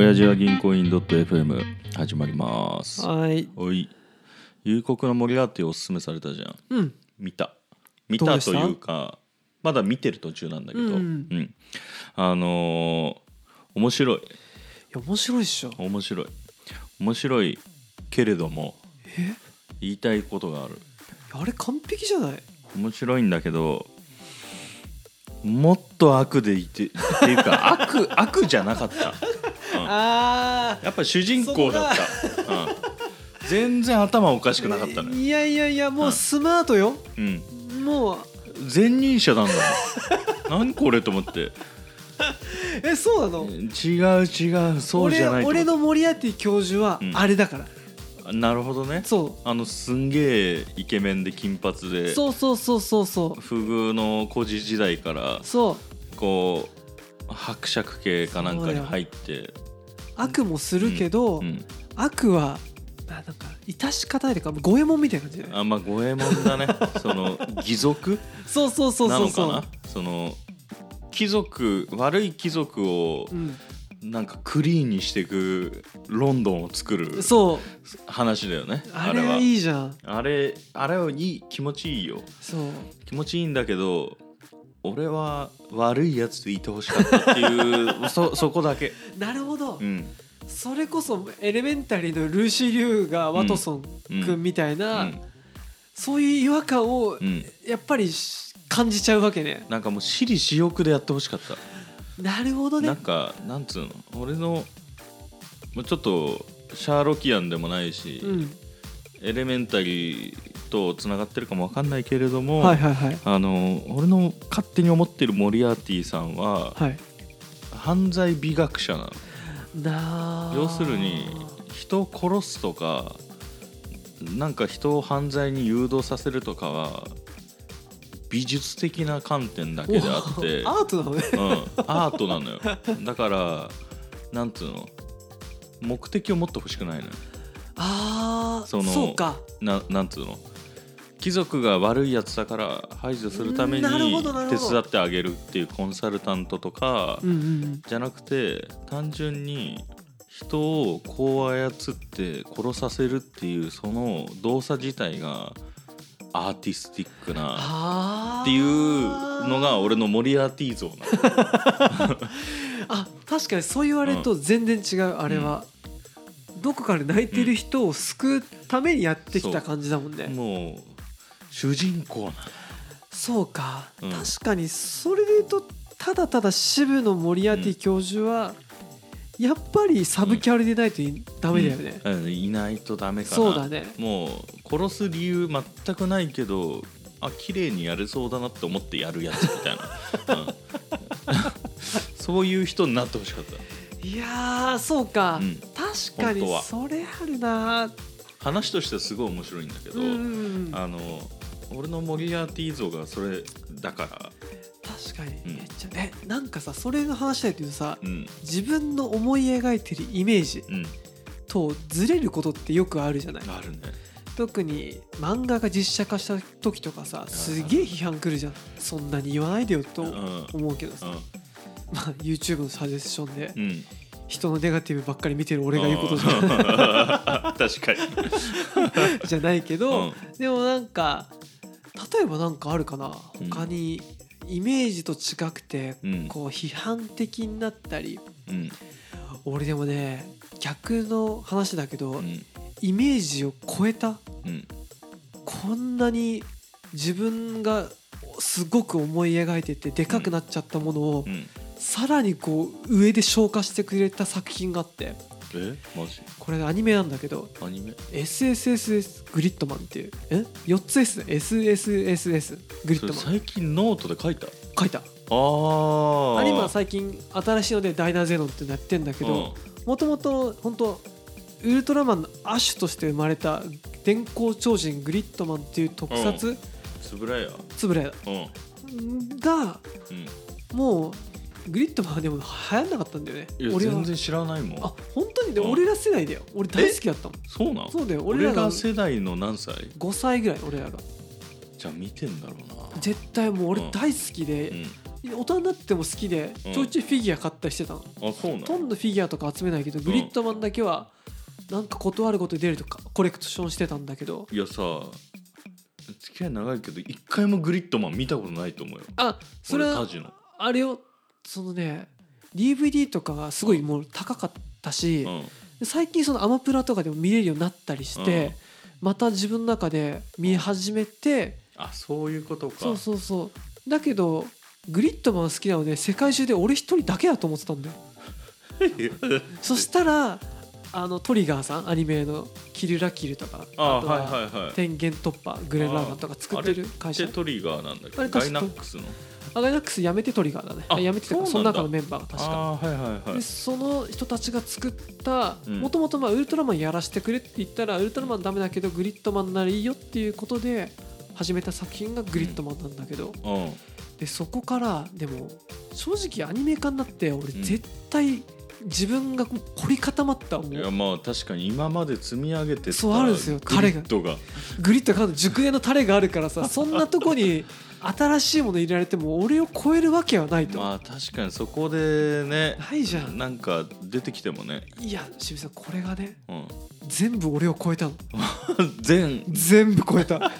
親父は銀行員 .fm 始まります。 はい。 おい、夕刻のモリアーティおすすめされたじゃん。 うん。 見たというかまだ見てる途中なんだけど、面白い。 いや面白いっしょ。 面白いけれども言いたいことがある。 あれ完璧じゃない？ 面白いんだけどもっと悪でいてっていうか悪じゃなかった、やっぱ主人公だった、全然頭おかしくなかったね。 いやもうスマートよ、もう前任者なんだもん何これと思ってそうなの？ 違うそうじゃないと。 俺のモリアーティ教授はあれだから、 なるほどね。 そうすんげえイケメンで金髪で、 そう不遇の孤児時代からこう伯爵系かなんかに入って悪もするけど、悪はなんか致し方ないというか五右衛門みたいな感じだよね。 まあ五右衛門だねその義族そうなのかな。その悪い貴族を、なんかクリーンにしていくロンドンを作る話だよね。 あれはいいじゃん。 あれはいい、気持ちいいよ。気持ちいいんだけど俺は悪いやつでいてほしかったっていうそこだけ。なるほど、それこそエレメンタリーのルーシー・リュウがワトソン君みたいな、そういう違和感をやっぱり感じちゃうわけね。 なんかもう私利私欲でやってほしかった。 なるほどね。 なんかなんつうの、俺のちょっとシャーロキアンでもないし、エレメンタリーとつながってるかも分かんないけれども、俺の勝手に思ってるモリアーティさんは、犯罪美学者なの。要するに人を殺すとかなんか人を犯罪に誘導させるとかは美術的な観点だけであってアートなのね。 アートなのよ。だからなんつうの、目的を持ってほしくないのよ。 そうか。 なんつうの、貴族が悪いやつだから排除するために手伝ってあげるっていうコンサルタントとかじゃなくて、単純に人をこう操って殺させるっていうその動作自体がアーティスティックなっていうのが俺のモリアーティ像なの。 確かにそう言われると全然違う。あれはどこかで泣いてる人を救うためにやってきた感じだもんね。 もう主人公なの。 そうか、確かにそれで言うとただただ渋野モリアーティ教授はやっぱりサブキャラでないとダメだよね。 いないとダメかな。 そうだね。 もう殺す理由全くないけど綺麗にやれそうだなって思ってやるやつみたいな、そういう人になってほしかった。 いやそうか、確かにそれあるな。 話としてはすごい面白いんだけど、俺のモリアーティ像がそれだから。 確かに、めっちゃなんかさ、それの話だけどさ、自分の思い描いてるイメージとずれることってよくあるじゃない。 あるね。 特に漫画が実写化した時とかさ、すげえ批判来るじゃん。そんなに言わないでよと思うけどさ、YouTube のサジェスションで、人のネガティブばっかり見てる俺が言うことじゃん確かにじゃないけど、でもなんか例えばなんかあるかな、他にイメージと違くてこう批判的になったり、俺でもね逆の話だけど、イメージを超えた、こんなに自分がすごく思い描いててでかくなっちゃったものを、さらにこう上で消化してくれた作品があって、 マジ？ これアニメなんだけど、SSSS グリッドマンっていう4つ S SSSS グリッドマン。 最近ノートで書いたアニメは最近新しいのでダイナゼノンってやってんだけど、もともと本当ウルトラマンの亜種として生まれた電光超人グリッドマンっていう特撮、 つぶらやが、もうグリッドマンはでも流行んなかったんだよね。 俺は全然知らないもん。 本当に。で俺ら世代だよ。俺大好きだったもん。 そうなん？ そうだよ。 俺ら世代の何歳 ？5歳ぐらい俺らが。 じゃあ見てんだろうな。 絶対もう俺大好きで、 大人になっても好きでちょいちょいフィギュア買ったりしてたの、 あ、そうなの。 ほとんどフィギュアとか集めないけど、グリッドマンだけはなんか断ることで出るとかコレクションしてたんだけど。 いやさ、付き合い長いけど一回もグリッドマン見たことないと思うよ。 あ、それはあれよ、そのね DVD とかがすごいもう高かったし、最近そのアマプラとかでも見れるようになったりして、また自分の中で見始めて。 あ、そういうことか。 そうそうそう。だけどグリッドマン好きなので世界中で俺一人だけだと思ってたんだよそしたらトリガーさん、アニメのキルラキルとか、あとは天元突破、グレンラーガンとか作ってる会社。 あれってトリガーなんだっけ。ガイナックスの。 ガイナックスやめてトリガーだね。やめてたか、その中のメンバーが確か。 はいはいはい。 でその人たちが作ったもともとウルトラマンやらせてくれって言ったら、ウルトラマンダメだけどグリッドマンならいいよっていうことで始めた作品がグリッドマンなんだけど、でそこからでも正直アニメ化になって俺絶対自分が凝り固まった思う。 いやまあ確かに今まで積み上げてたそうあるんですよ、タレがグリッドが熟練のタレがあるからさそんなとこに新しいもの入れられても俺を超えるわけはないと。 まあ確かにそこでね、 ないじゃん、 なんか出てきてもね。 いや清水さん、これがね、全部俺を超えたの全部超えた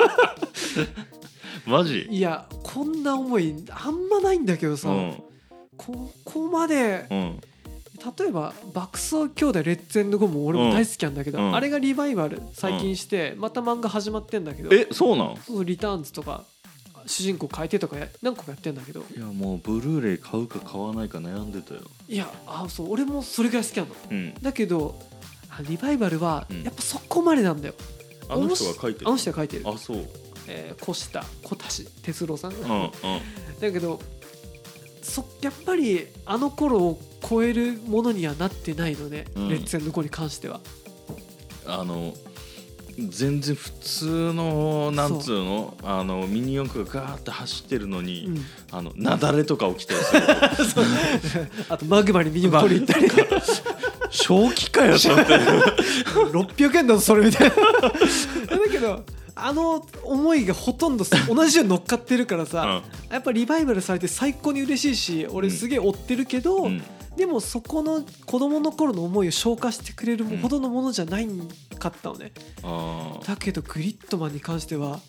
マジ。 いやこんな思いあんまないんだけどさ、ここまで、例えば爆走兄弟レッツエンドゴーも俺も大好きなんだけど、あれがリバイバル最近して、また漫画始まってんだけど。 そうなの。 そう、リターンズとか主人公変えてとか何個かやってんだけど。 いやもうブルーレイ買うか買わないか悩んでたよ。 いやそう俺もそれぐらい好きなの、だけどリバイバルはやっぱそこまでなんだよ、 あの人が書いてる。 あの人が書いてる。 あ、そう。 小田哲郎さんが、だけどやっぱりあの頃を超えるものにはなってないのね、レッツエンドゴーに関しては。 全然普通のなんつうのミニ四駆がガーッて走ってるのに、雪崩とか起きたりするあとマグマにミニ四駆取り行ったり正気かよって 600円だぞそれみたいなだけど思いがほとんど同じように乗っかってるからさ、やっぱリバイバルされて最高に嬉しいし、俺すげえ追ってるけど、でもそこの子供の頃の思いを消化してくれるほどのものじゃないかったのね、だけどグリッドマンに関しては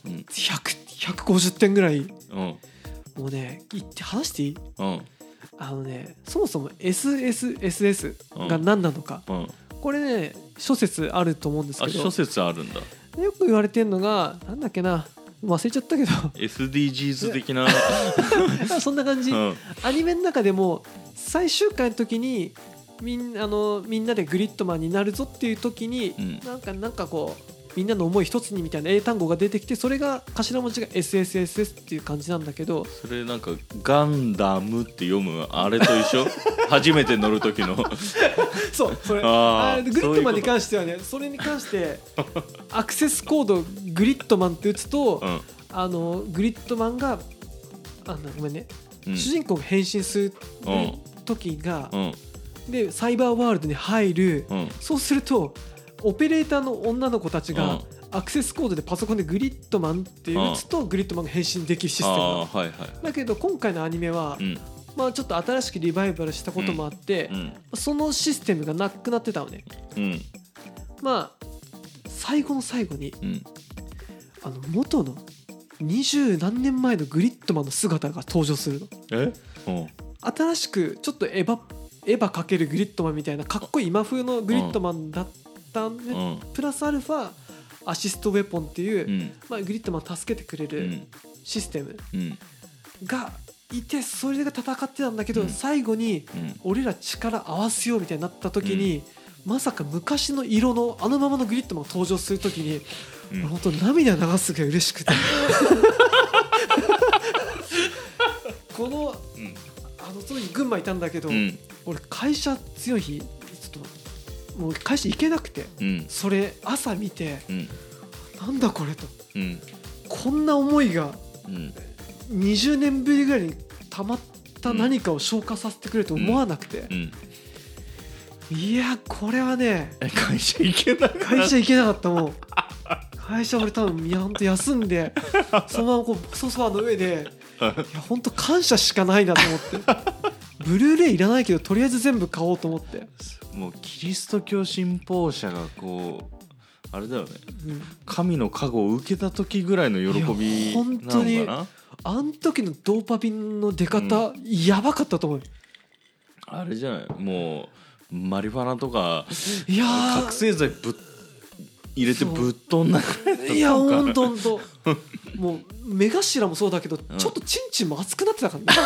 150点ぐらい、もうね言って話していい？そもそも SSSS が何なのか、これね諸説あると思うんですけど。 諸説あるんだ。 よく言われてるのがなんだっけな、忘れちゃったけど SDGs 的なそんな感じ、アニメの中でも最終回の時にみんなでグリッドマンになるぞっていう時に、なんかこうみんなの思い一つにみたいな英単語が出てきて、それが頭文字が SSSS っていう感じなんだけど、 それなんかガンダムって読むあれと一緒初めて乗る時のそう、それグリッドマンに関してはね、それに関してアクセスコードグリッドマンって打つと、グリッドマンがごめんね、主人公が変身する時が、でサイバーワールドに入る、そうするとオペレーターの女の子たちがアクセスコードでパソコンでグリッドマンって打つとグリッドマンが変身できるシステムだけど、今回のアニメはまあちょっと新しくリバイバルしたこともあって、そのシステムがなくなってたのね。まあ最後の最後に元の20何年前のグリッドマンの姿が登場するの。新しくちょっとエヴァかけるグリッドマンみたいなかっこいい今風のグリッドマンだったんで、プラスアルファアシストウェポンっていう、まあ、グリッドマンを助けてくれるシステムがいて、それが戦ってたんだけど、最後に俺ら力合わせようみたいになった時に、まさか昔の色のあのままのグリッドマンが登場する時に、本当涙流すぐらい嬉しくてこのその時群馬いたんだけど、俺会社強い日ちょっともう会社行けなくて、それ朝見て、なんだこれと、こんな思いが20年ぶりぐらいに溜まった何かを消化させてくれると思わなくて、いやこれはね、 会社行けなかった。もう会社俺多分ほんと休んでそのままこうソファーの上でや本当感謝しかないなと思ってブルーレイいらないけどとりあえず全部買おうと思って。 もうキリスト教信奉者がこうあれだよね、神の加護を受けた時ぐらいの喜びなのかな。本当にあん時のドーパミンの出方、やばかったと思う。 あれじゃない、もうマリファナとかいや覚醒剤入れてぶっ飛んだくらい。 いやほんともう目頭もそうだけど、ちょっとチンチンも熱くなってたからね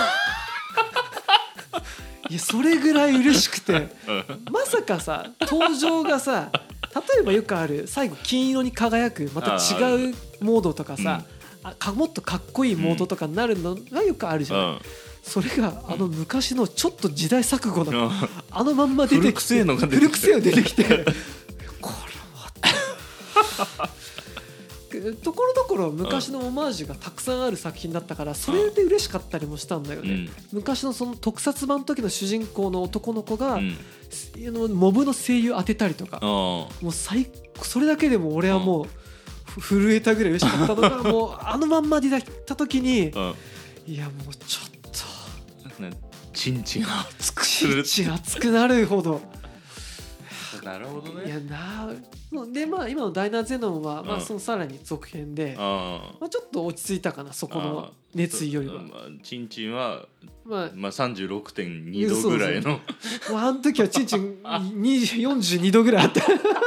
いやそれぐらい嬉しくてまさかさ登場がさ、例えばよくある最後金色に輝くまた違うモードとかさ、もっとかっこいいモードとかになるのがよくあるじゃない、それが昔のちょっと時代錯誤なまんま出てきて、古臭いのが出てきてこれはところどころ昔のオマージュがたくさんある作品だったから、それで嬉しかったりもしたんだよね。昔のその特撮版の時の主人公の男の子がモブの声優当てたりとか、もうそれだけでも俺はもう震えたぐらい嬉しかったのがもうまんまで出た時に、いやもうちょっとチンチンが熱くする、チンチン熱くなるほど。 なるほどね。 いやで今のダイナーゼノンは、そのさらに続編で、ちょっと落ち着いたかな、そこの熱意よりは。 チンチンは、36.2 度ぐらいのあの時はチンチン42度ぐらいあった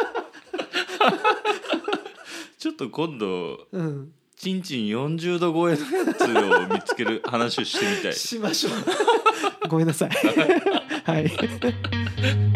ちょっと今度、チンチン40度超えのやつを見つける話をしてみたいしましょうごめんなさいはい